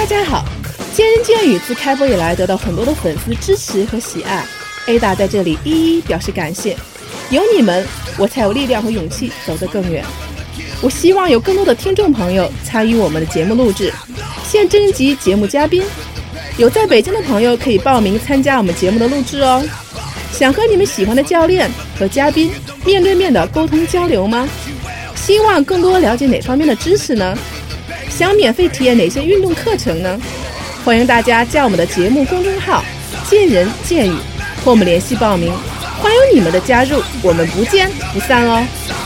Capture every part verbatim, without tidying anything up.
大家好，健人健语自开播以来得到很多的粉丝支持和喜爱 ，Ada 在这里一一表示感谢。有你们，我才有力量和勇气走得更远。我希望有更多的听众朋友参与我们的节目录制，现征集节目嘉宾。有在北京的朋友可以报名参加我们节目的录制哦。想和你们喜欢的教练和嘉宾面对面的沟通交流吗？希望更多了解哪方面的知识呢？想免费体验哪些运动课程呢？欢迎大家加我们的节目公众号健人健语和我们联系报名，欢迎你们的加入，我们不见不散哦。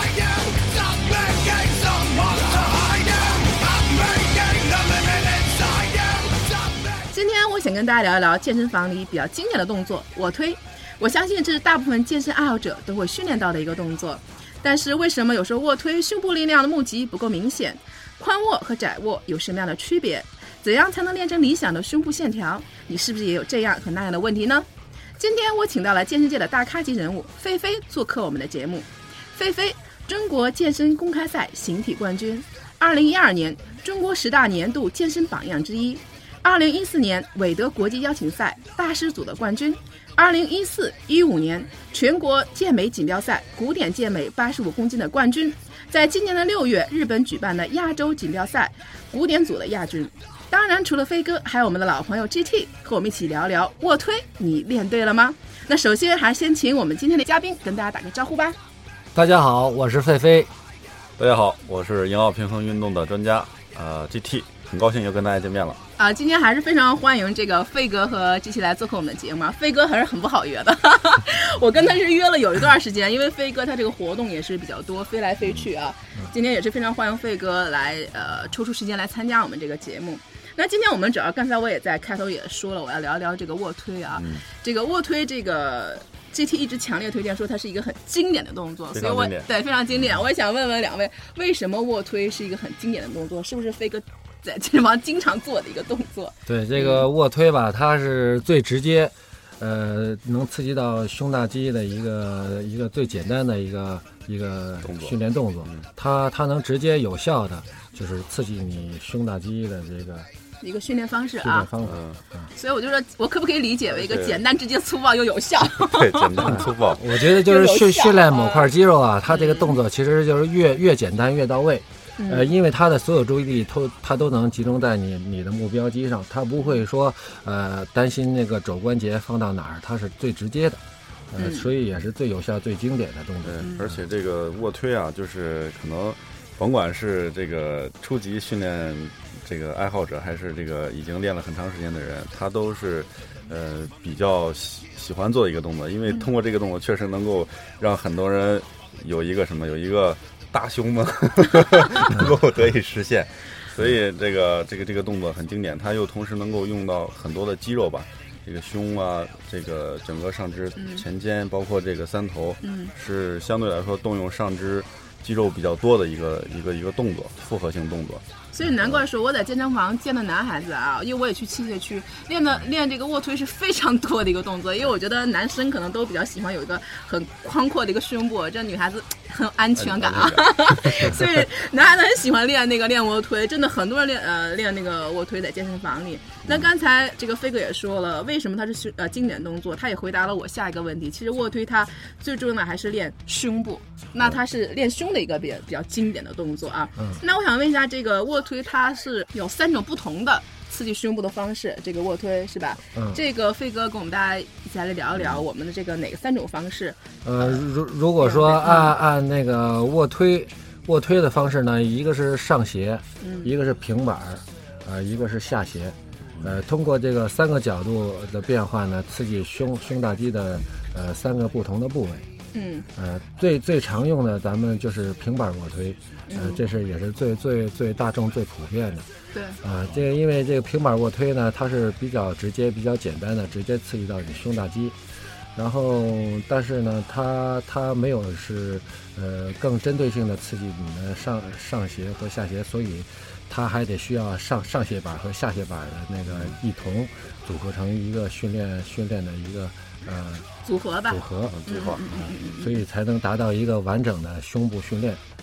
今天我想跟大家聊一聊健身房里比较经典的动作卧推。我相信这是大部分健身爱好者都会训练到的一个动作，但是为什么有时候卧推胸部力量的募集不够明显？宽卧和窄卧有什么样的区别？怎样才能练成理想的胸部线条？你是不是也有这样和那样的问题呢？今天我请到了健身界的大咖级人物菲菲做客我们的节目。菲菲，中国健身公开赛形体冠军，二零一二年中国十大年度健身榜样之一，二零一四年韦德国际邀请赛大师组的冠军，二零一四一五年全国健美锦标赛古典健美八十五公斤的冠军，在今年的六月日本举办的亚洲锦标赛古典组的亚军。当然除了飞哥，还有我们的老朋友 G T 和我们一起聊聊卧推，你练对了吗？那首先还是先请我们今天的嘉宾跟大家打个招呼吧。 大家好，我是费飞。 大家好，我是营奥平衡运动的专家呃 G T， 很高兴又跟大家见面了。 啊，今天还是非常欢迎这个费哥和G T来做客我们的节目啊。费哥还是很不好约的，我跟他是约了有一段时间，因为费哥他这个活动也是比较多，飞来飞去啊。今天也是非常欢迎费哥来呃抽出时间来参加我们这个节目。那今天我们主要刚才我也在开头也说了，我要聊一聊这个卧推啊。嗯、这个卧推这个 G T 一直强烈推荐说它是一个很经典的动作，所以我对非常经典。我也想问问两位，为什么卧推是一个很经典的动作？是不是飞哥在健身房经常做的一个动作？ 对，这个卧推吧，它是最直接，呃，能刺激到胸大肌的一个一个最简单的一个一个训练动作。它它能直接有效的就是刺激你胸大肌的这个一个训练方式啊， 训练方法。 嗯，所以我就说，我可不可以理解为一个简单、直接、粗暴又有效？ 对，简单粗暴。 我觉得就是训训练某块肌肉啊，它这个动作其实就是越越简单越到位。呃，因为它的所有注意力都它都能集中在你你的目标肌上，它不会说呃担心那个肘关节放到哪儿，它是最直接的，呃，嗯、所以也是最有效、最经典的动作。 对，而且这个卧推啊，就是可能甭管是这个初级训练这个爱好者，还是这个已经练了很长时间的人，他都是呃比较喜喜欢做一个动作，因为通过这个动作确实能够让很多人有一个什么有一个。大胸嘛能够得以实现，所以这个这个这个动作很经典，它又同时能够用到很多的肌肉吧，这个胸啊，这个整个上肢、前肩，包括这个三头，嗯，是相对来说动用上肢肌肉比较多的一个一个一个动作，复合性动作。 所以难怪说我在健身房见的男孩子啊，因为我也去器械区练的练这个卧推是非常多的一个动作，因为我觉得男生可能都比较喜欢有一个很宽阔的一个胸部，这女孩子很有安全感啊，所以男孩子很喜欢练那个练卧推，真的很多人练呃练那个卧推在健身房里。那刚才这个飞哥也说了，为什么它是呃经典动作，他也回答了我下一个问题。其实卧推它最重要的还是练胸部，那它是练胸的一个比比较经典的动作啊。嗯、那我想问一下，这个卧推它是有三种不同的刺激胸部的方式，这个卧推是吧？嗯，这个费哥跟我们大家一起来聊一聊我们的这个哪个三种方式。 呃，如如果说按按那个卧推卧推的方式呢，一个是上斜，嗯、一个是平板，呃，一个是下斜。呃，通过这个三个角度的变化呢，刺激胸胸大肌的呃三个不同的部位。嗯，呃，最最常用的咱们就是平板卧推，呃，这是也是最最最大众、最普遍的。 对， 啊、呃，这个因为这个平板卧推呢，它是比较直接、比较简单的，直接刺激到你胸大肌。然后，但是呢，它它没有是呃更针对性的刺激你的上上斜和下斜，所以它还得需要上上斜板和下斜板的那个一同组合成一个训练训练的一个呃组合吧， 组合组合， 嗯，所以才能达到一个完整的胸部训练。嗯，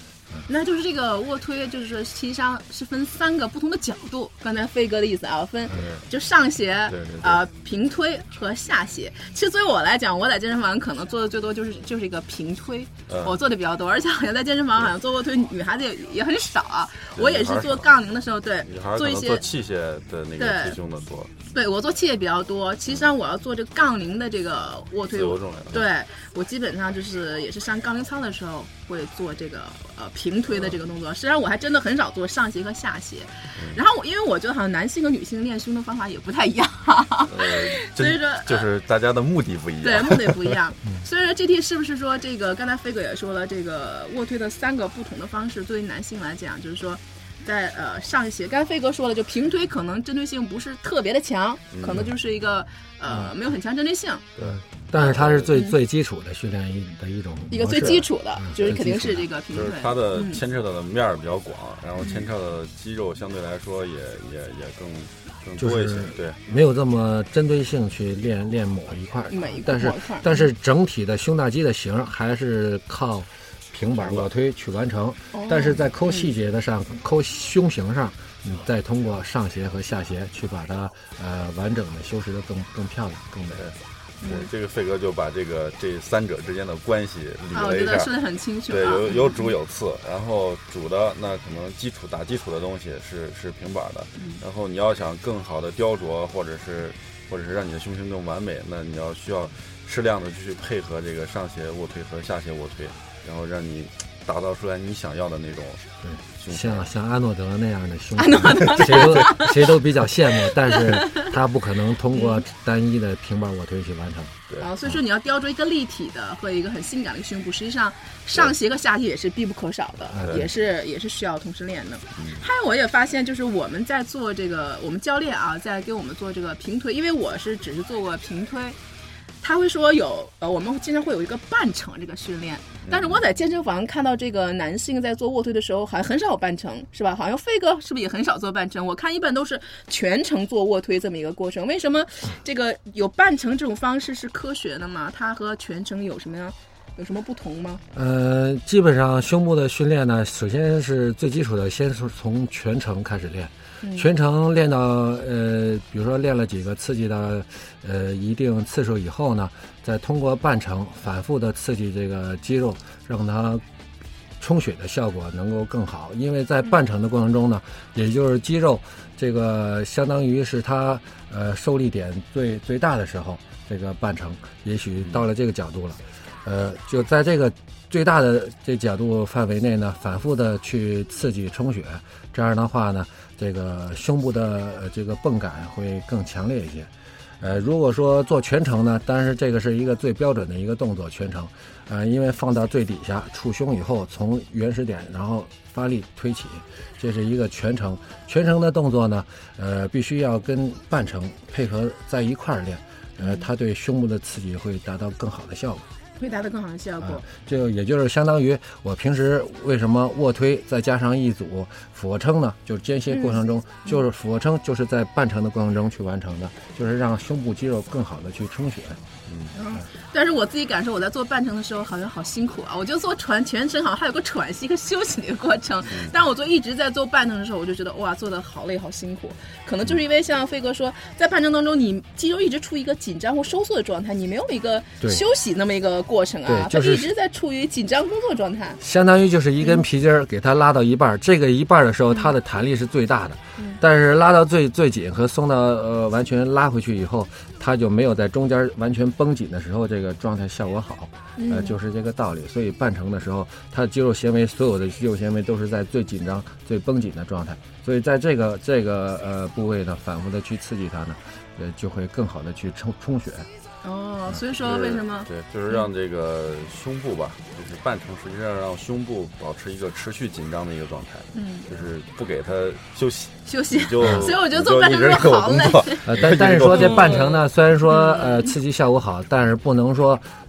那就是这个卧推，就是说实际上是分三个不同的角度。刚才飞哥的意思啊，分就上斜啊、呃、平推和下斜。其实作为我来讲，我在健身房可能做的最多就是就是一个平推，嗯、我做的比较多，而且好像在健身房好像做卧推女孩子也也很少啊。我也是做杠铃的时候，对，做一些做器械的那个推胸的多。 对，我做器械比较多。其实上我要做这个杠铃的这个卧推，对我基本上就是也是上杠铃操的时候会做这个呃平推的这个动作。实际上我还真的很少做上斜和下斜。嗯、然后我因为我觉得好像男性和女性练胸的方法也不太一样， 呃、 所以说就是大家的目的不一样。 对，目的不一样。所以说 G T 是不是说这个刚才飞哥也说了，这个卧推的三个不同的方式，作为男性来讲，就是说。在呃上斜，刚才飞哥说了，就平推可能针对性不是特别的强，嗯、可能就是一个呃、嗯、没有很强针对性。 对，但是它是最、嗯、最基础的训练一的一种一个最基础的，嗯、就是肯定是这个平推。 就是它的牵扯的面儿比较广，嗯、然后牵扯的肌肉相对来说也也也更更多一些。对， 没有这么针对性去练练某一块， 每一块， 但是但是整体的胸大肌的型还是靠。平板卧推去完成，哦、但是在抠细节的上、嗯、抠胸型上，你再通过上斜和下斜去把它呃完整的修饰得更更漂亮、更美。 对，嗯、这个费哥就把这个这三者之间的关系理了一下， 啊、我觉得说得很清楚。 对，有有主有次，然后主的那可能基础打基础的东西是是平板的，嗯、然后你要想更好的雕琢，或者是或者是让你的胸型更完美，那你要需要适量的去配合这个上斜卧推和下斜卧推。然后让你打造出来你想要的那种， 对，像像阿诺德那样的胸，谁都谁都比较羡慕，但是他不可能通过单一的平板卧推去完成。 对啊，所以说你要雕琢一个立体的和一个很性感的胸部，实际上上斜和下斜也是必不可少的，也是也是需要同时练的。还有我也发现，就是我们在做这个，我们教练啊，在给我们做这个平推，因为我是只是做过平推。他会说有呃，我们经常会有一个半程这个训练，但是我在健身房看到这个男性在做卧推的时候，好像很少有半程，是吧？好像飞哥是不是也很少做半程？我看一般都是全程做卧推这么一个过程。为什么这个有半程这种方式是科学的吗？它和全程有什么样？有什么不同吗？ 呃，基本上胸部的训练呢，首先是最基础的，先是从全程开始练。全程练到呃，比如说练了几个刺激到呃一定次数以后呢，再通过半程反复的刺激这个肌肉，让它充血的效果能够更好。因为在半程的过程中呢，也就是肌肉这个相当于是它呃受力点最最大的时候，这个半程也许到了这个角度了，呃，就在这个最大的这角度范围内呢，反复的去刺激充血，这样的话呢。这个胸部的这个泵感会更强烈一些，呃，如果说做全程呢，当然这个是一个最标准的一个动作，全程，呃，因为放到最底下触胸以后，从原始点然后发力推起，这是一个全程。全程的动作呢，呃，必须要跟半程配合在一块儿练，呃，它对胸部的刺激会达到更好的效果。 会达到更好的效果， 就也就是相当于我平时为什么卧推再加上一组俯卧撑呢？就是间歇过程中，嗯、就是俯卧撑就是在半程的过程中去完成的，就是让胸部肌肉更好的去充血。 嗯，嗯但是我自己感受，我在做半程的时候好像好辛苦啊！我就做全全程好像还有个喘息和休息的一个过程，嗯、但我做一直在做半程的时候，我就觉得哇，做的好累好辛苦。可能就是因为像飞哥说，在半程当中，你肌肉一直处于一个紧张或收缩的状态，你没有一个休息那么一个过程啊， 对，就是、 一直在处于紧张工作状态。 相当于就是一根皮筋儿给它拉到一半，嗯、这个一半的时候，它的弹力是最大的，嗯、但是拉到最最紧和松到呃完全拉回去以后，它就没有在中间完全绷紧的时候，这个状态效果好，呃，就是这个道理。所以半程的时候，它的肌肉纤维，所有的肌肉纤维都是在最紧张、最绷紧的状态。所以在这个这个呃部位呢，反复的去刺激它呢，呃，就会更好的去充充血。 哦，所以说为什么？ 对，就是让这个胸部吧，就是半程，实际上让胸部保持一个持续紧张的一个状态，嗯，就是不给它休息。 休息， 就所以我觉得做半程时候好累。 呃，但但是说这半程呢，虽然说呃刺激效果好，但是不能说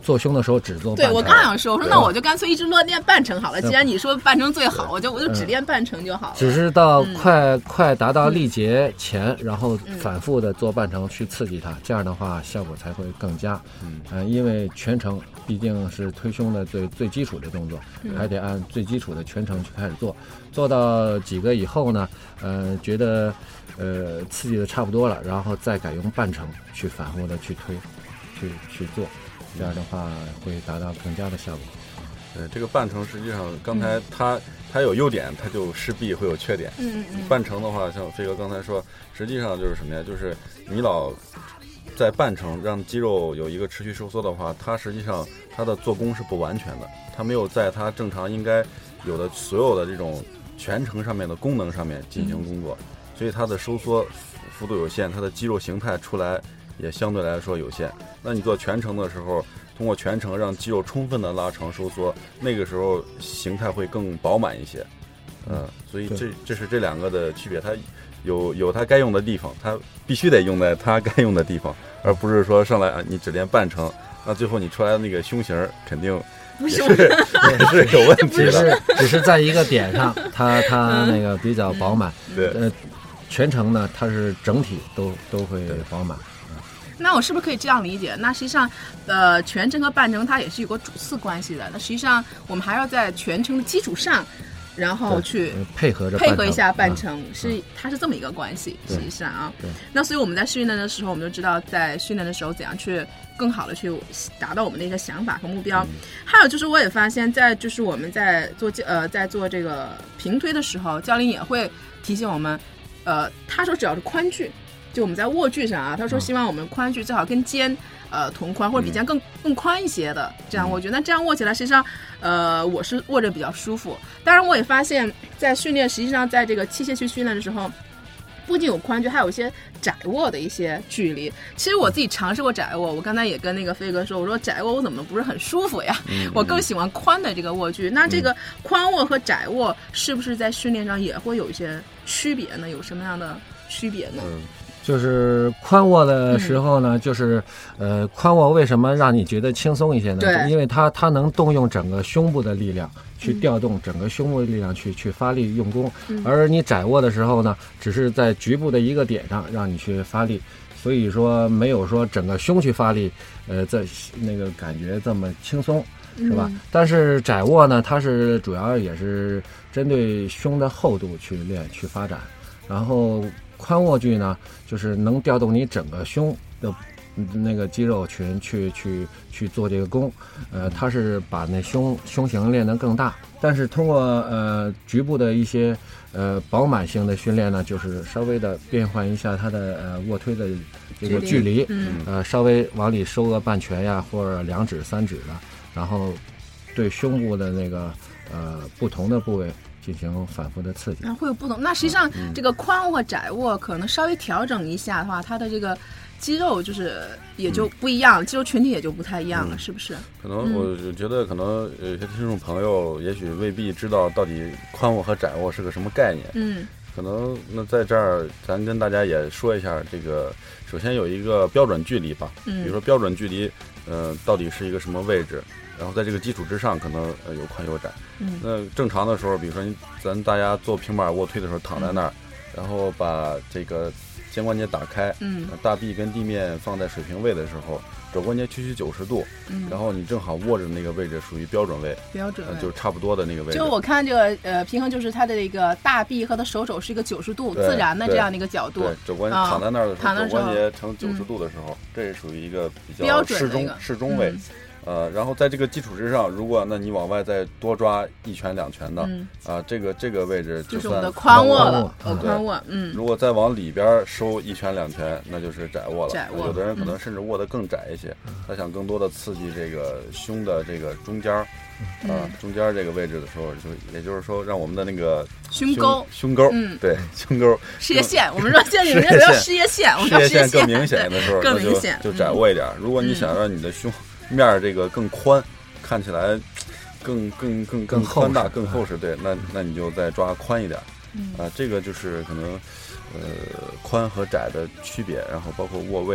做胸的时候只做半程。 对，我刚想说，我说那我就干脆一直乱练半程好了。既然你说半程最好，我就我就只练半程就好了。 只是到快、嗯、快达到力竭前，然后反复的做半程去刺激它，嗯、这样的话效果才会更佳。嗯、呃，因为全程毕竟是推胸的最最基础的动作，嗯、还得按最基础的全程去开始做。做到几个以后呢，呃，觉得呃刺激的差不多了，然后再改用半程去反复的去推，去去做。这样的话会达到更佳的效果。 对，这个半程实际上刚才它、嗯、它有优点，它就势必会有缺点。 嗯嗯。 半程的话，像飞哥刚才说，实际上就是什么呀？就是你老在半程让肌肉有一个持续收缩的话，它实际上它的做工是不完全的，它没有在它正常应该有的所有的这种全程上面的功能上面进行工作，嗯、所以它的收缩幅度有限，它的肌肉形态出来也相对来说有限。那你做全程的时候，通过全程让肌肉充分的拉长收缩，那个时候形态会更饱满一些。嗯、呃，所以这这是这两个的区别，它有有它该用的地方，它必须得用在它该用的地方，而不是说上来啊你只练半程，那最后你出来的那个胸型肯定也是也是有问题的。 只是只是在一个点上，它它那个比较饱满。 对、 嗯，呃，全程呢，它是整体都都会饱满。 那我是不是可以这样理解？那实际上，呃，全程和半程它也是有个主次关系的。那实际上我们还要在全程的基础上，然后去配合着配合一下半程，嗯、是它是这么一个关系。实际上啊，那所以我们在训练的时候，我们就知道在训练的时候怎样去更好的去达到我们的一个想法和目标。嗯、还有就是，我也发现，在就是我们在做呃在做这个平推的时候，教练也会提醒我们，呃，他说只要是宽距。就我们在握距上啊，他说希望我们宽距最好跟肩呃同宽，或者比肩更更宽一些的，这样我觉得这样握起来实际上呃我是握着比较舒服。当然我也发现在训练，实际上在这个器械去训练的时候，不仅有宽距，还有一些窄握的一些距离。其实我自己尝试过窄握，我刚才也跟那个飞哥说，我说窄握我怎么不是很舒服呀？嗯、我更喜欢宽的这个握距。那这个宽握和窄握是不是在训练上也会有一些区别呢？有什么样的区别呢？ 嗯，就是宽握的时候呢，嗯、就是呃，宽握为什么让你觉得轻松一些呢？ 对， 因为它它能动用整个胸部的力量去调动整个胸部的力量去去发力用功，嗯、而你窄握的时候呢，只是在局部的一个点上让你去发力，所以说没有说整个胸去发力，呃，在那个感觉这么轻松，是吧？嗯、但是窄握呢，它是主要也是针对胸的厚度去练去发展，然后。宽握距呢，就是能调动你整个胸的那个肌肉群去去去做这个功，呃，它是把那胸胸型练得更大。但是通过呃局部的一些呃饱满性的训练呢，就是稍微的变换一下它的呃卧推的这个距离， 嗯、 呃，稍微往里收个半拳呀，或者两指三指的，然后对胸部的那个呃不同的部位进行反复的刺激， 啊，会有不同。那实际上，嗯、这个宽握和窄握可能稍微调整一下的话，它的这个肌肉就是也就不一样，嗯、肌肉群体也就不太一样了，嗯、是不是？ 可能我觉得，可能有些听众朋友也许未必知道到底宽握和窄握是个什么概念。 嗯， 可能那在这儿，咱跟大家也说一下，这个首先有一个标准距离吧，嗯，比如说标准距离，呃，到底是一个什么位置？然后在这个基础之上，可能呃有宽有窄。嗯，那正常的时候，比如说咱大家做平板卧推的时候，躺在那儿，嗯、然后把这个肩关节打开，嗯，大臂跟地面放在水平位的时候，肘关节屈曲九十度，嗯，然后你正好握着那个位置属于标准位， 标准位、 呃、就差不多的那个位置。 就我看这个呃平衡，就是它的这个大臂和它手肘是一个九十度自然的这样的一个角度。 对，肘关节、啊、躺在那儿的时候，肘关节呈九十度的时候，嗯、这是属于一个比较适中适中位。嗯呃，然后在这个基础之上，如果那你往外再多抓一拳两拳的，啊、嗯呃，这个这个位置就算就是我们的宽握了，呃，宽握，嗯。 如果再往里边收一拳两拳，那就是窄握了。 窄握。 有的人可能甚至握得更窄一些，嗯、他想更多的刺激这个胸的这个中间儿，啊、呃，中间这个位置的时候，就也就是说让我们的那个胸沟， 胸沟，嗯，对，胸沟， 事业线，我们说现在有人不要事业线，我们叫事业线更明显的时候， 更明显， 就窄握一点。如果你想让你的胸面儿这个更宽，看起来更更更更宽大、更厚实，对，那那你就再抓宽一点，嗯、啊，这个就是可能呃宽和窄的区别，然后包括握位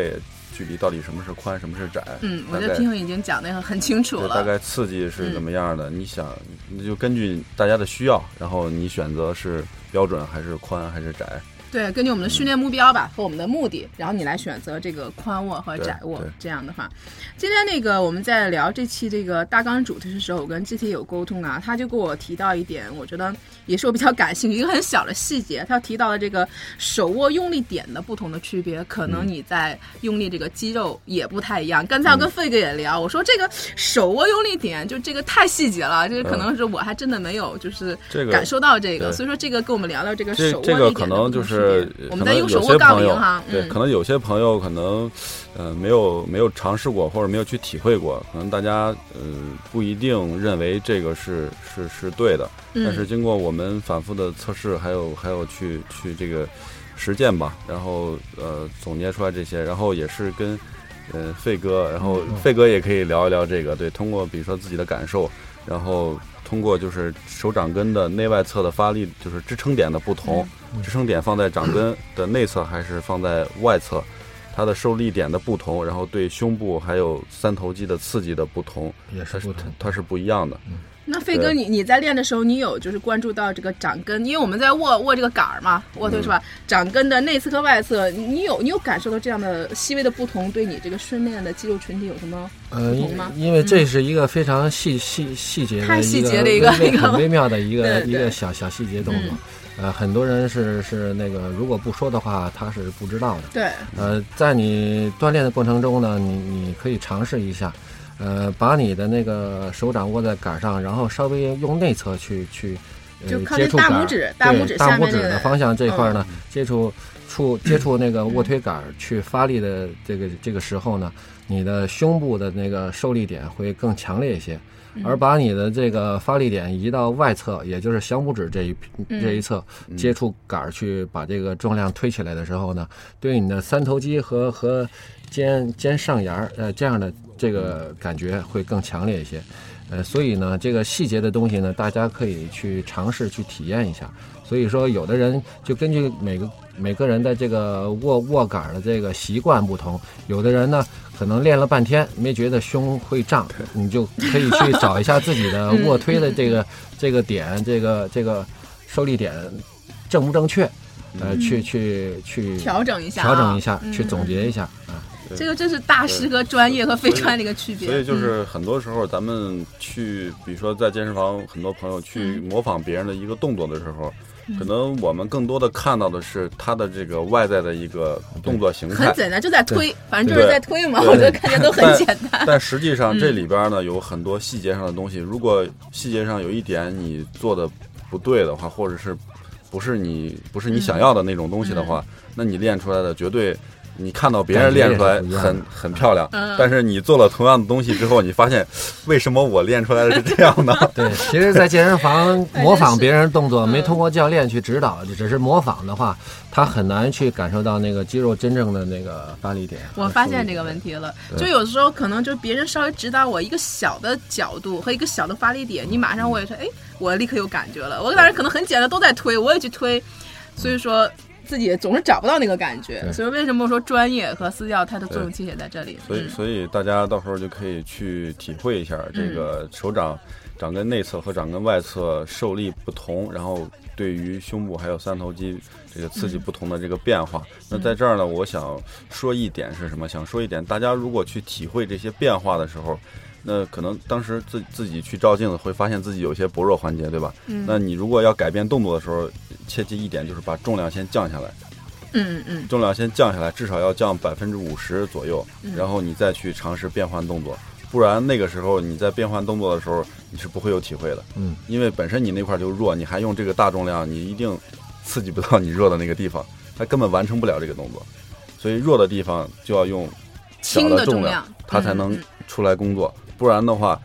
距离到底什么是宽，什么是窄。 嗯，我觉得平衡已经讲得很清楚了。 大概刺激是怎么样的？嗯、你想，你就根据大家的需要，然后你选择是标准还是宽还是窄。 对，根据我们的训练目标吧、嗯、和我们的目的，然后你来选择这个宽握和窄握。这样的话，今天那个我们在聊这期这个大纲主题的时候，我跟 G T 有沟通啊，他就给我提到一点，我觉得也是我比较感兴趣，一个很小的细节，他提到了这个手握用力点的不同的区别，可能你在用力这个肌肉也不太一样。嗯、刚才我跟费哥也聊，我说这个手握用力点就这个太细节了，这个可能是我还真的没有就是感受到这个，嗯、所以说这个跟我们聊聊这个手握力点的不同区别。 这个可能就是我们在用手握杠铃哈， 对，可能有些朋友可能，呃，没有没有尝试过或者没有去体会过，可能大家呃不一定认为这个是是是对的，但是经过我们反复的测试，还有还有去去这个实践吧，然后呃总结出来这些，然后也是跟呃费哥，然后费哥也可以聊一聊这个，对，通过比如说自己的感受，然后通过就是手掌根的内外侧的发力，就是支撑点的不同。嗯，支撑点放在掌根的内侧还是放在外侧，它的受力点的不同，然后对胸部还有三头肌的刺激的不同， 也是不同， 它是不一样的。 嗯， 那飞哥，你你在练的时候，你有就是关注到这个掌根，因为我们在握握这个杆儿嘛，握对是吧？嗯、掌根的内侧和外侧，你有你有感受到这样的细微的不同，对你这个训练的肌肉群体有什么不同吗？ 呃，因为这是一个非常细细细节的太细节的一个一个很微妙的一个对对一个小小细节动作。嗯，呃，很多人是是那个，如果不说的话，他是不知道的。 对。 呃，在你锻炼的过程中呢，你你可以尝试一下，呃，把你的那个手掌握在杆上，然后稍微用内侧去去，呃， 就靠接触大拇指，大拇指大拇指下面那个的方向这块呢， 嗯、 接触触接触那个握推杆去发力的这个这个时候呢，你的胸部的那个受力点会更强烈一些。而把你的这个发力点移到外侧，也就是小拇指这一这一侧， 嗯、 接触杆去把这个重量推起来的时候呢，对你的三头肌和和肩肩上沿呃这样的这个感觉会更强烈一些。呃，所以呢，这个细节的东西呢，大家可以去尝试去体验一下。所以说，有的人就根据每个每个人的这个握握杆的这个习惯不同，有的人呢可能练了半天没觉得胸会胀，你就可以去找一下自己的卧推的这个这个点，这个这个受力点正不正确，呃，去去去调整一下， 调整一下， 嗯、 去总结一下啊。 这个真是大师和专业和非专业的一个区别。 所以就是很多时候咱们去，比如说在健身房，很多朋友去模仿别人的一个动作的时候。嗯，可能我们更多的看到的是他的这个外在的一个动作形态， 很简单，就在推，反正就是在推嘛，我觉得看起来都很简单。 但, 但实际上这里边呢、嗯、有很多细节上的东西，如果细节上有一点你做的不对的话，或者是不是你不是你想要的那种东西的话，嗯、那你练出来的绝对。你看到别人练出来很很漂亮， 嗯、 但是你做了同样的东西之后，你发现为什么我练出来的是这样呢？ 对，其实，在健身房模仿别人动作，没通过教练去指导，只是模仿的话，他很难去感受到那个肌肉真正的那个发力点。 我发现这个问题了，就有时候可能就别人稍微指导我一个小的角度和一个小的发力点，你马上我也说，哎，我立刻有感觉了。我当时可能很简单，都在推，我也去推，所以说。自己总是找不到那个感觉，所以为什么说专业和私教它的作用其实也在这里。 所以，所以大家到时候就可以去体会一下这个手掌、嗯、掌根内侧和掌根外侧受力不同，然后对于胸部还有三头肌这个刺激不同的这个变化。嗯、那在这儿呢，我想说一点是什么？想说一点，大家如果去体会这些变化的时候。那可能当时自自己去照镜子会发现自己有些薄弱环节，对吧？ 嗯。 那你如果要改变动作的时候，切记一点就是把重量先降下来。 嗯嗯。 重量先降下来，至少要降百分之五十左右， 嗯、 然后你再去尝试变换动作，不然那个时候你在变换动作的时候，你是不会有体会的。 嗯。 因为本身你那块就弱，你还用这个大重量，你一定刺激不到你弱的那个地方，它根本完成不了这个动作。所以弱的地方就要用小的重量，它才能出来工作。嗯不然的话，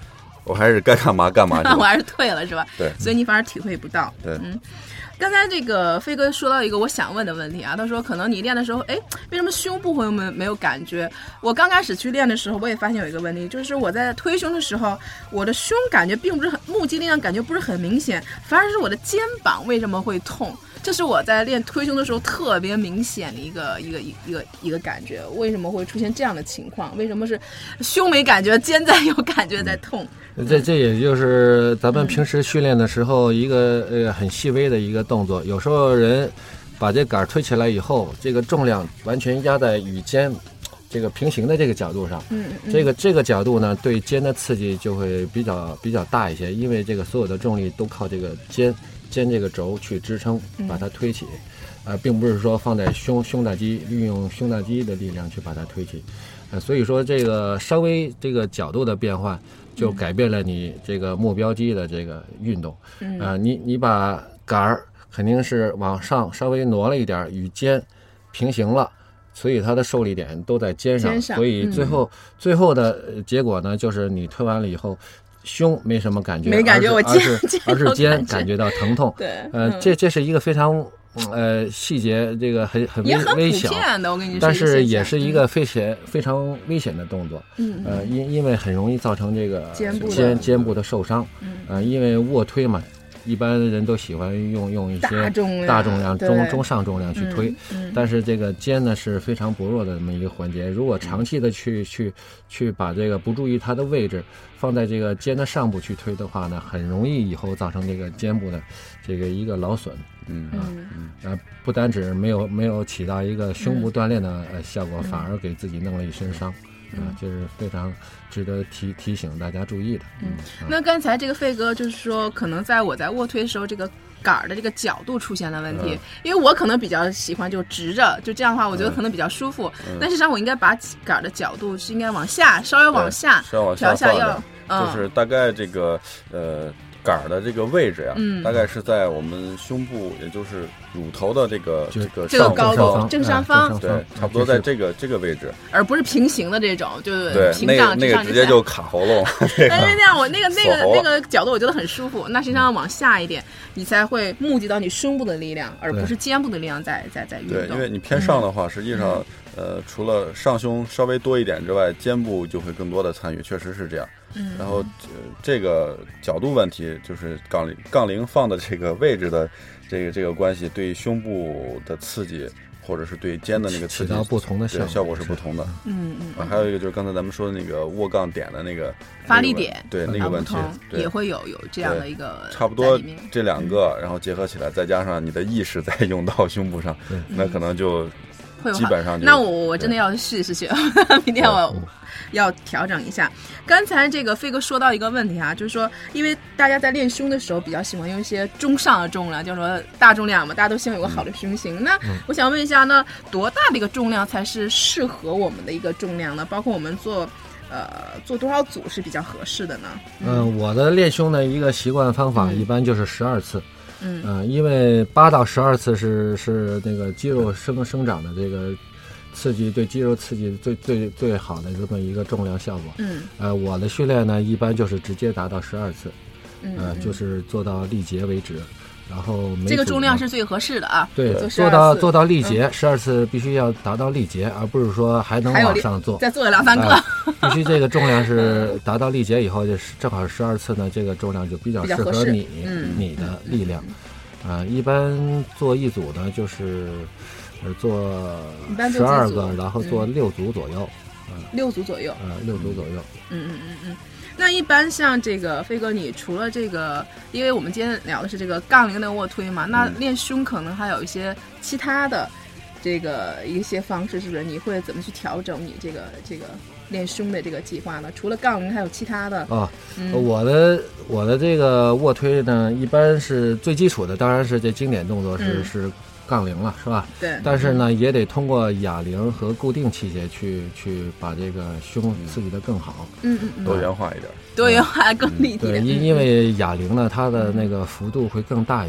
我还是该干嘛干嘛去。 我还是退了是吧？ 对， 所以你反而体会不到。 对， 嗯。刚才这个飞哥说到一个我想问的问题啊，他说可能你练的时候，哎，为什么胸部会没没有感觉？我刚开始去练的时候，我也发现有一个问题，就是我在推胸的时候，我的胸感觉并不是很，目肌力量感觉不是很明显，反而是我的肩膀为什么会痛？这是我在练推胸的时候特别明显的一个一个一一个一个感觉。为什么会出现这样的情况？为什么是胸没感觉，肩在有感觉在痛？ 这这也就是咱们平时训练的时候一个呃很细微的一个动作。有时候人把这杆推起来以后，这个重量完全压在与肩这个平行的这个角度上， 嗯，嗯这个这个角度呢，对肩的刺激就会比较比较大一些，因为这个所有的重力都靠这个肩肩这个轴去支撑，把它推起，呃，并不是说放在胸胸大肌，运用胸大肌的力量去把它推起，呃，所以说这个稍微这个角度的变换，就改变了你这个目标肌的这个运动， 嗯， 呃，你你把杆儿肯定是往上稍微挪了一点，与肩平行了。所以它的受力点都在肩上， 肩上所以最后、嗯、最后的结果呢，就是你推完了以后，胸没什么感觉， 没感觉，我肩而是而是肩感觉到疼痛。 对， 呃， 嗯、 这这是一个非常呃细节，这个很很微也很微小的，我跟你说， 但是也是一个非险、嗯、非常危险的动作。 嗯， 呃，因因为很容易造成这个肩部肩肩部的受伤。 嗯， 呃，因为卧推嘛。一般人都喜欢用用一些大重量、 大重量中中上重量去推， 嗯嗯、 但是这个肩呢是非常薄弱的这么一个环节。如果长期的去去去把这个不注意它的位置放在这个肩的上部去推的话呢，很容易以后造成这个肩部的这个一个劳损。 嗯啊嗯啊，不单指没有没有起到一个胸部锻炼的呃效果， 嗯、 反而给自己弄了一身伤。啊，这是非常值得提提醒大家注意的。 嗯，啊、那刚才这个费哥就是说，可能在我在卧推的时候，这个杆儿的这个角度出现了问题，嗯、因为我可能比较喜欢就直着，就这样的话，我觉得可能比较舒服。嗯、但实际上我应该把杆儿的角度是应该往下，稍微往下调一下，要、 嗯、就是大概这个呃。杆儿的这个位置呀、啊， 嗯， 大概是在我们胸部，也就是乳头的这个这个这个高度正上方， 对，差不多在这个这个位置， 而不是平行的这种，就是对， 屏障那那个直接就卡喉咙。 但是那样我那个那个那个角度我觉得很舒服，那实际上往下一点，你才会目击到你胸部的力量，而不是肩部的力量在在在运动。 对，因为你偏上的话，实际上呃，除了上胸稍微多一点之外，肩部就会更多的参与，确实是这样。 嗯， 然后、呃、这个角度问题，就是杠铃杠铃放的这个位置的这个这个关系，对胸部的刺激，或者是对肩的那个刺激， 起到不同的效果， 效果是不同的。 嗯嗯。 啊，还有一个就是刚才咱们说的那个握杠点的那个发力点， 那个、对那个问题， 也会有有这样的一个差不多这两个，然后结合起来，再加上你的意识再用到胸部上，那可能就。基本上就那我我真的要试试去，明天我要调整一下。刚才这个飞哥说到一个问题啊，就是说，因为大家在练胸的时候比较喜欢用一些中上的重量，就是说大重量嘛，大家都希望有个好的胸型。嗯、那我想问一下呢，多大的一个重量才是适合我们的一个重量呢？包括我们做呃做多少组是比较合适的呢？ 嗯、呃，我的练胸的一个习惯方法一般就是十二次。 嗯、 呃，因为八到十二次是是那个肌肉生生长的这个刺激，对肌肉刺激最最最好的这么一个重量效果。 嗯， 呃，我的训练呢，一般就是直接达到十二次， 嗯、 呃，就是做到力竭为止。然后每这个重量是最合适的啊。 对，做到做到力竭，十二次必须要达到力竭，而不是说还能往上做， 再做两三个。 呃、必须这个重量是达到力竭以后，就是正好十二次呢，这个重量就比较适合你嗯、 你的力量。啊、呃，一般做一组呢，就是呃做十二个，然后做六组左右。 嗯，六组左右。 呃，六组左右。 嗯嗯嗯嗯。那一般像这个飞哥，你除了这个，因为我们今天聊的是这个杠铃的卧推嘛，那练胸可能还有一些其他的这个一些方式，是不是？你会怎么去调整你这个这个练胸的这个计划呢？除了杠铃，还有其他的？ 哦， 嗯、 我的我的这个卧推呢，一般是最基础的，当然是这经典动作是、嗯、是。杠铃了是吧？ 对。 但是呢，也得通过哑铃和固定器械去去把这个胸刺激得更好。 嗯嗯嗯。 多元化一点。 多元化更立体。 对，因因为哑铃呢，它的那个幅度会更大一些。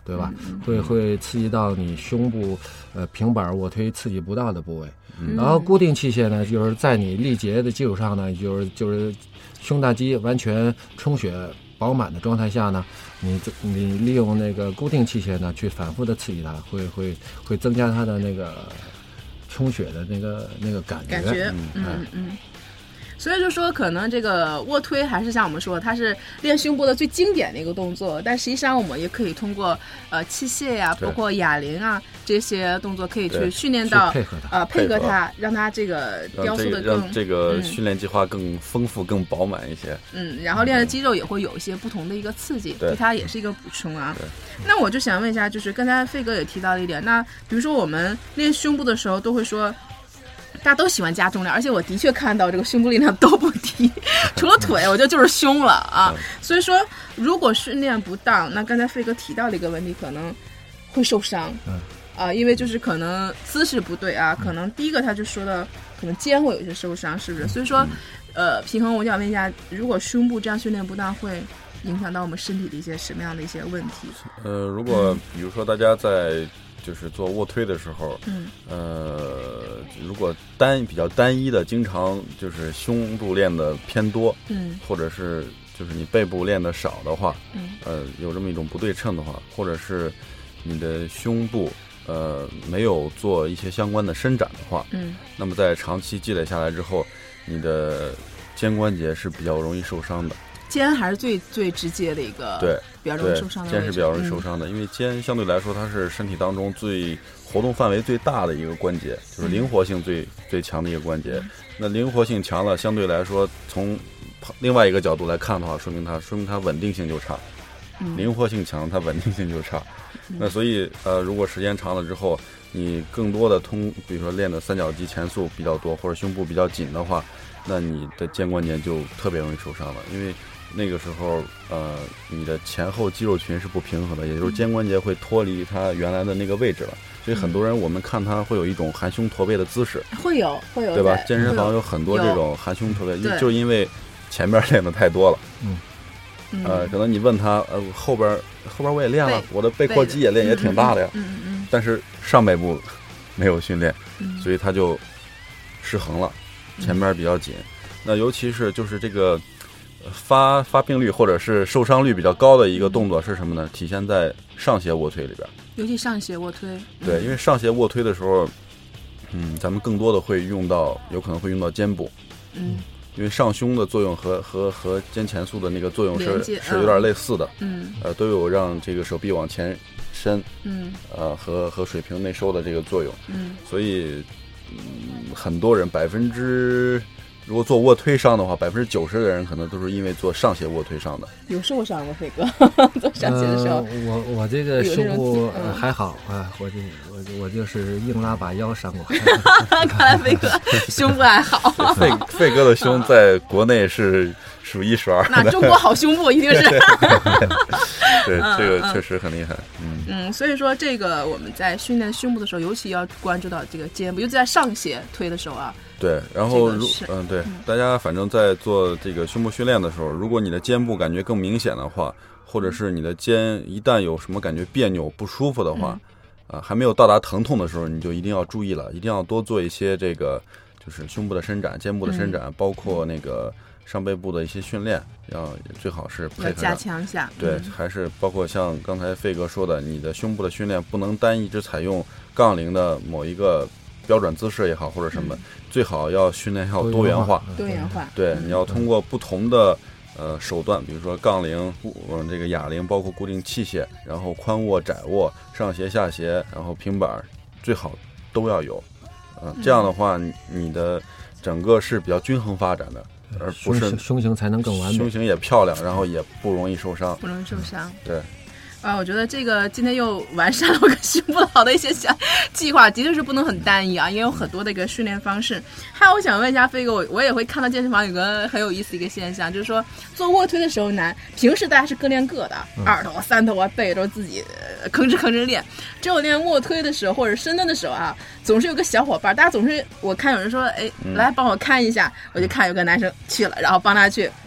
对吧？ 嗯、 会会刺激到你胸部，呃，平板卧推刺激不到的部位。 嗯、 然后固定器械呢，就是在你力竭的基础上呢，就是就是胸大肌完全充血饱满的状态下呢，你你利用那个固定器械呢，去反复的刺激它，会会会增加它的那个充血的那个那个感觉。 感觉，嗯嗯嗯。所以就说，可能这个卧推还是像我们说，它是练胸部的最经典的一个动作。但实际上，我们也可以通过呃器械呀、啊，包括哑铃啊这些动作，可以去训练到配合它， 呃配合它，让它这个雕塑的更让这个训练计划更丰富、嗯、更饱满一些。 嗯，然后练的肌肉也会有一些不同的一个刺激，对它也是一个补充啊。那我就想问一下，就是刚才费哥也提到了一点，那比如说我们练胸部的时候，都会说。大家都喜欢加重量，而且我的确看到这个胸部力量都不低，除了腿，我觉得就是胸了啊。所以说，如果训练不当，那刚才费哥提到了一个问题，可能会受伤。嗯。啊，因为就是可能姿势不对啊，可能第一个他就说的，可能肩会有一些受伤，是不是？所以说，呃，平衡，我想问一下，如果胸部这样训练不当，会影响到我们身体的一些什么样的一些问题？ 呃，如果比如说大家在。就是做卧推的时候， 嗯， 呃，如果单比较单一的，经常就是胸部练的偏多， 嗯， 或者是就是你背部练的少的话， 嗯， 呃，有这么一种不对称的话，或者是你的胸部呃没有做一些相关的伸展的话， 嗯， 那么在长期积累下来之后，你的肩关节是比较容易受伤的。 肩还是最最直接的一个， 对， 比较容易受伤的。 肩是比较容易受伤的，嗯、因为肩相对来说它是身体当中最活动范围最大的一个关节，就是灵活性最、嗯、最强的一个关节。那灵活性强了，相对来说从另外一个角度来看的话，说明它说明它稳定性就差。 嗯、 灵活性强，它稳定性就差。嗯、那所以呃，如果时间长了之后，你更多的通，比如说练的三角肌前束比较多，或者胸部比较紧的话，那你的肩关节就特别容易受伤了，因为。那个时候，呃，你的前后肌肉群是不平衡的，也就是肩关节会脱离它原来的那个位置了。所以很多人我们看他会有一种含胸驼背的姿势， 会有，会有， 对吧？健身房有很多这种含胸驼背，因就因为前面练的太多了。 嗯， 呃，可能你问他，呃，后边后边我也练了，我的背阔肌也练，也挺大的呀。 嗯嗯。 但是上背部没有训练， 嗯、 所以他就失衡了，前面比较紧。嗯、那尤其是就是这个。发发病率或者是受伤率比较高的一个动作是什么呢？体现在上斜卧推里边， 尤其上斜卧推。 嗯、对，因为上斜卧推的时候，嗯，咱们更多的会用到，有可能会用到肩部， 嗯， 因为上胸的作用和和和肩前束的那个作用是是有点类似的， 嗯， 呃，都有让这个手臂往前伸， 嗯， 呃，和和水平内收的这个作用， 嗯， 所以，嗯，很多人百分之。如果做卧推伤的话，百分之九十的人可能都是因为做上斜卧推伤的。 有受伤吗，飞哥？做上斜的时候， 呃、我我这个胸部、呃、还好啊，我就我我就是硬拉把腰伤过。 看来飞哥胸部还好。 费费哥的胸在国内是数一数二的。 那中国好胸部一定是。 对，这个确实很厉害。 嗯嗯，所以说这个我们在训练胸部的时候，尤其要关注到这个肩部，尤其在上斜推的时候啊。 对，然后如这个嗯对、 嗯， 大家反正在做这个胸部训练的时候，如果你的肩部感觉更明显的话，或者是你的肩一旦有什么感觉别扭不舒服的话， 嗯、 啊还没有到达疼痛的时候，你就一定要注意了，一定要多做一些这个就是胸部的伸展、肩部的伸展， 嗯、 包括那个上背部的一些训练，要最好是配合加强一下。 对、 嗯， 还是包括像刚才费哥说的，你的胸部的训练不能单一只采用杠铃的某一个标准姿势也好，或者什么。嗯，最好要训练要多元化， 多元化。 对，你要通过不同的呃手段，比如说杠铃、嗯这个哑铃，包括固定器械，然后宽握、窄握、上斜、下斜，然后平板，最好都要有。呃，这样的话，你你的整个是比较均衡发展的，而不是胸型才能更完美， 胸型也漂亮，然后也不容易受伤， 不容易受伤。 对。 啊，我觉得这个今天又完善了我跟胸部好的一些小计划，的确是不能很单一啊，也有很多的一个训练方式。还有，我想问一下飞哥，我我也会看到健身房有个很有意思的一个现象，就是说做卧推的时候难，平时大家是各练各的， 嗯、 二头啊、三头啊、背都是自己吭哧吭哧练，只有练卧推的时候或者深蹲的时候啊，总是有个小伙伴，大家总是我看有人说，哎，来帮我看一下，我就看有个男生去了，然后帮他去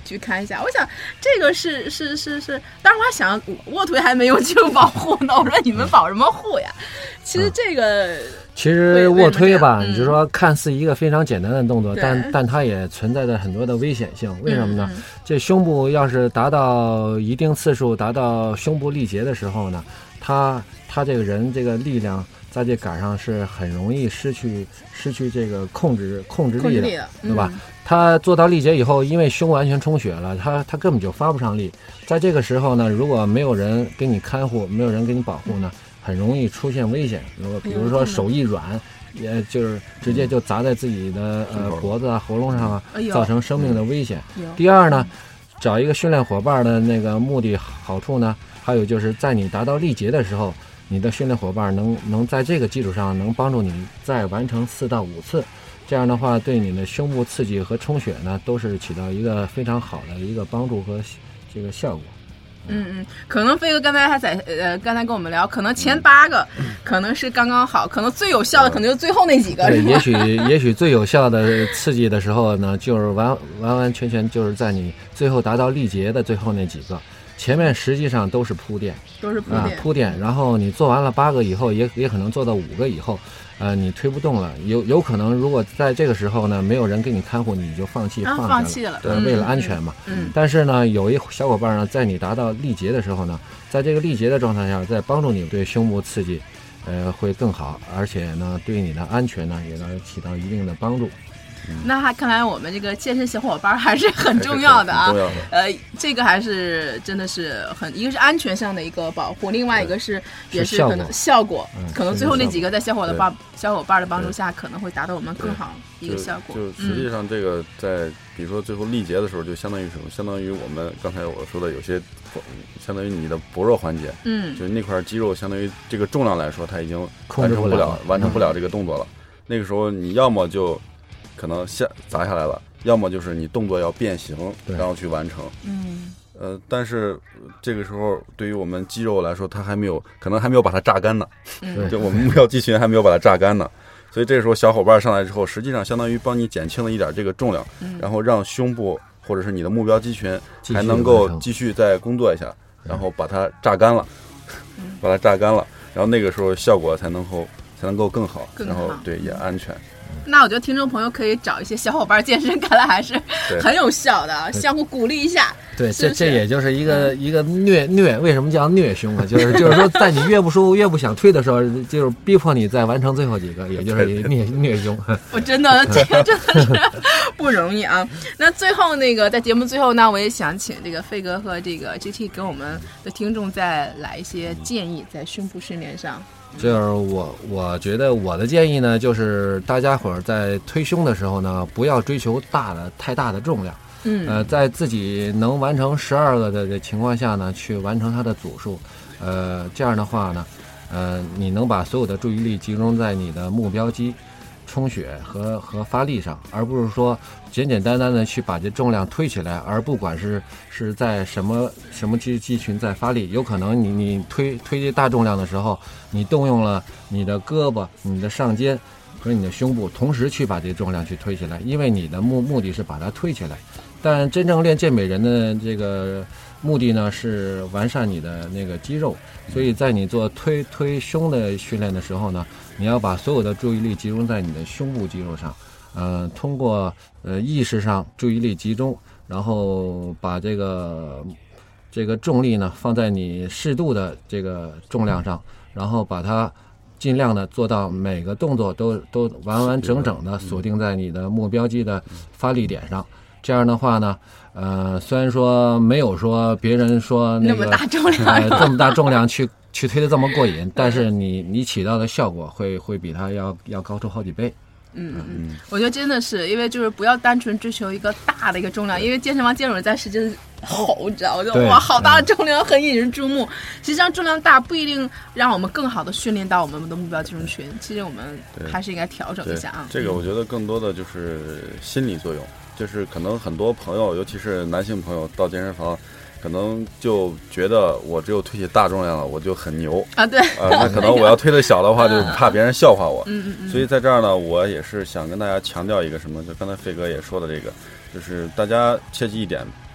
去看一下。我想这个是是是是，当时我还想卧推还没有技术保护呢，我说你们保什么护呀？其实这个。嗯其实卧推吧， 嗯、 你就说看似一个非常简单的动作， 嗯、 但但它也存在着很多的危险性。为什么呢？嗯、这胸部要是达到一定次数，达到胸部力竭的时候呢，他他这个人这个力量在这杆上是很容易失去失去这个控制控制力的， 力对吧？ 嗯、 他做到力竭以后，因为胸完全充血了，他他根本就发不上力。在这个时候呢，如果没有人给你看护，没有人给你保护呢？嗯很容易出现危险，如果比如说手一软，也就是直接就砸在自己的呃脖子啊、喉咙上啊，造成生命的危险。第二呢，找一个训练伙伴的那个目的好处呢，还有就是在你达到力竭的时候，你的训练伙伴能能在这个基础上能帮助你再完成四到五次，这样的话对你的胸部刺激和充血呢，都是起到一个非常好的一个帮助和这个效果。 嗯嗯，可能飞哥刚才还在呃，刚才跟我们聊，可能前八个可能是刚刚好，可能最有效的可能就是最后那几个。 对，也许也许最有效的刺激的时候呢，就是完完完全全就是在你最后达到力竭的最后那几个，前面实际上都是铺垫， 都是铺垫、 啊、铺垫。然后你做完了八个以后，也也可能做到五个以后。呃，你推不动了，有有可能，如果在这个时候呢，没有人给你看护，你就放弃， 啊、 放放弃了， 对、嗯，为了安全嘛。 嗯。 但是呢，有一小伙伴呢，在你达到力竭的时候呢，在这个力竭的状态下，在帮助你对胸部刺激，呃，会更好，而且呢，对你的安全呢，也能起到一定的帮助。 那还看来我们这个健身小伙伴还是很重要的啊， 的呃，这个还是真的是很，一个是安全上的一个保护，另外一个是也是可能效果， 嗯、 可能最后那几个在小伙的帮小伙伴的帮助下，可能会达到我们更好一个效果。 就, 就实际上这个在、嗯、比如说最后力竭的时候，就相当于什么？相当于我们刚才我说的有些，相当于你的薄弱环节， 嗯， 就是那块肌肉相当于这个重量来说，它已经完成不了， 完成不了这个动作了。嗯、那个时候你要么就可能下砸下来了，要么就是你动作要变形，然后去完成。 嗯， 呃，但是这个时候对于我们肌肉来说，它还没有，可能还没有把它榨干呢。 嗯， 就我们目标肌群还没有把它榨干呢，所以这个时候小伙伴上来之后，实际上相当于帮你减轻了一点这个重量， 嗯、 然后让胸部或者是你的目标肌群还能够继续再工作一下，然后把它榨干了， 嗯、 把它榨干了，然后那个时候效果才能够才能够更好， 更好然后对也安全。 那我觉得听众朋友可以找一些小伙伴健身，看来还是很有效的，相互鼓励一下。 对， 是是这这也就是一个、嗯、一个虐虐，为什么叫虐胸啊？就是就是说，在你越不舒服、越不想推的时候，就是逼迫你再完成最后几个，也就是虐虐胸。 我真的这个真的是不容易啊。那最后那个在节目最后呢，我也想请这个飞哥和这个 G T 给我们的听众再来一些建议，在胸部训练上。 就是我，我觉得我的建议呢，就是大家伙儿在推胸的时候呢，不要追求大的太大的重量， 嗯， 呃，在自己能完成十二个的的情况下呢，去完成它的组数，呃，这样的话呢，呃，你能把所有的注意力集中在你的目标肌充血和和发力上，而不是说简简单单的去把这重量推起来，而不管是是在什么什么肌肌群在发力，有可能你你推推这大重量的时候，你动用了你的胳膊、你的上肩和你的胸部同时去把这重量去推起来，因为你的目目的是把它推起来，但真正练健美人的这个目的呢是完善你的那个肌肉，所以在你做推推胸的训练的时候呢，你要把所有的注意力集中在你的胸部肌肉上，呃，通过呃意识上注意力集中，然后把这个这个重力呢放在你适度的这个重量上，然后把它尽量的做到每个动作都都完完整整的锁定在你的目标肌的发力点上。这样的话呢，呃，虽然说没有说别人说那个那么大重量， 呃、这么大重量去去推的这么过瘾，但是你你起到的效果会会比它要要高出好几倍。 嗯嗯嗯，我觉得真的是，因为就是不要单纯追求一个大的一个重量，因为健身房见有人在使劲吼，你知道，我就哇，好大的重量，很引人注目。实际上重量大不一定让我们更好的训练到我们的目标肌肉群，其实我们还是应该调整一下啊。 这个我觉得更多的就是心理作用，就是可能很多朋友，尤其是男性朋友到健身房，可能就觉得我只有推起大重量了，我就很牛啊，对啊，那可能我要推的小的话，就怕别人笑话我。 嗯嗯嗯。 所以在这儿呢，我也是想跟大家强调一个什么，就刚才飞哥也说的这个，就是大家切记一点，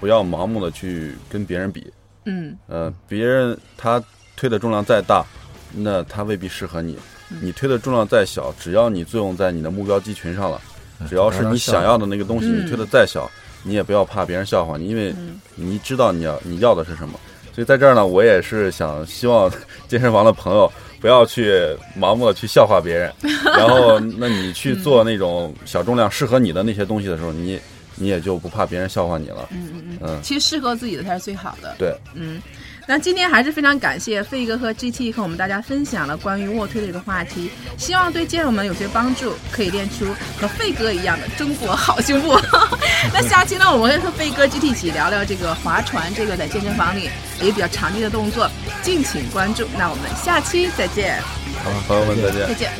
不要盲目的去跟别人比。 嗯， 呃，别人他推的重量再大，那他未必适合你。你推的重量再小，只要你作用在你的目标肌群上了，只要是你想要的那个东西，你推的再小，你也不要怕别人笑话你，因为你知道你要你要的是什么。所以在这儿呢，我也是想希望健身房的朋友不要去盲目的去笑话别人，然后那你去做那种小重量适合你的那些东西的时候，你你也就不怕别人笑话你了。 嗯嗯嗯，其实适合自己的才是最好的。 对， 嗯。那今天还是非常感谢费哥和 G T 和我们大家分享了关于卧推的这个话题，希望对健友们有些帮助，可以练出和费哥一样的中国好胸部。那下期呢，我们会和费哥 G T 一起聊聊这个划船这个在健身房里也比较常见的动作，敬请关注。那我们下期再见。 好，朋友们再见。 再见。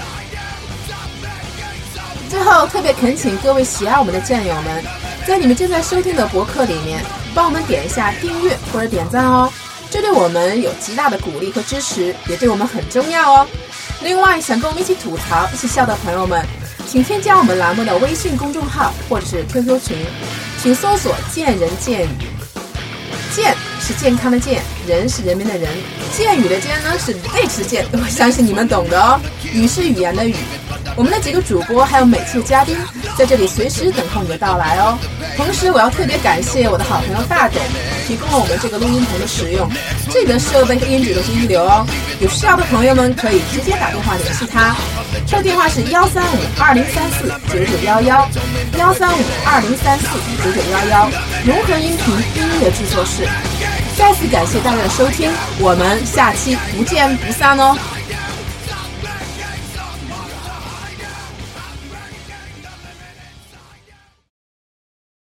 最后特别恳请各位喜爱我们的健友们，在你们正在收听的博客里面帮我们点一下订阅或者点赞哦，这对我们有极大的鼓励和支持，也对我们很重要哦。另外想跟我们一起吐槽一起笑的朋友们，请添加我们栏目的微信公众号或者是 Q Q 群，请搜索健人健语，健是健康的健，人是人民的人，健语的健呢是累吃健，我相信你们懂的哦。语是语言的语。我们的几个主播还有每期的嘉宾在这里随时等候你的到来哦。同时我要特别感谢我的好朋友大董提供了我们这个录音棚的使用，这里的设备和音质都是一流哦。有需要的朋友们可以直接打电话联系他，他的电话是幺三五二零三四九九幺幺，幺三五二零三四九九幺幺，融合音频音乐制作室。再次感谢大家的收听，我们下期不见不散哦。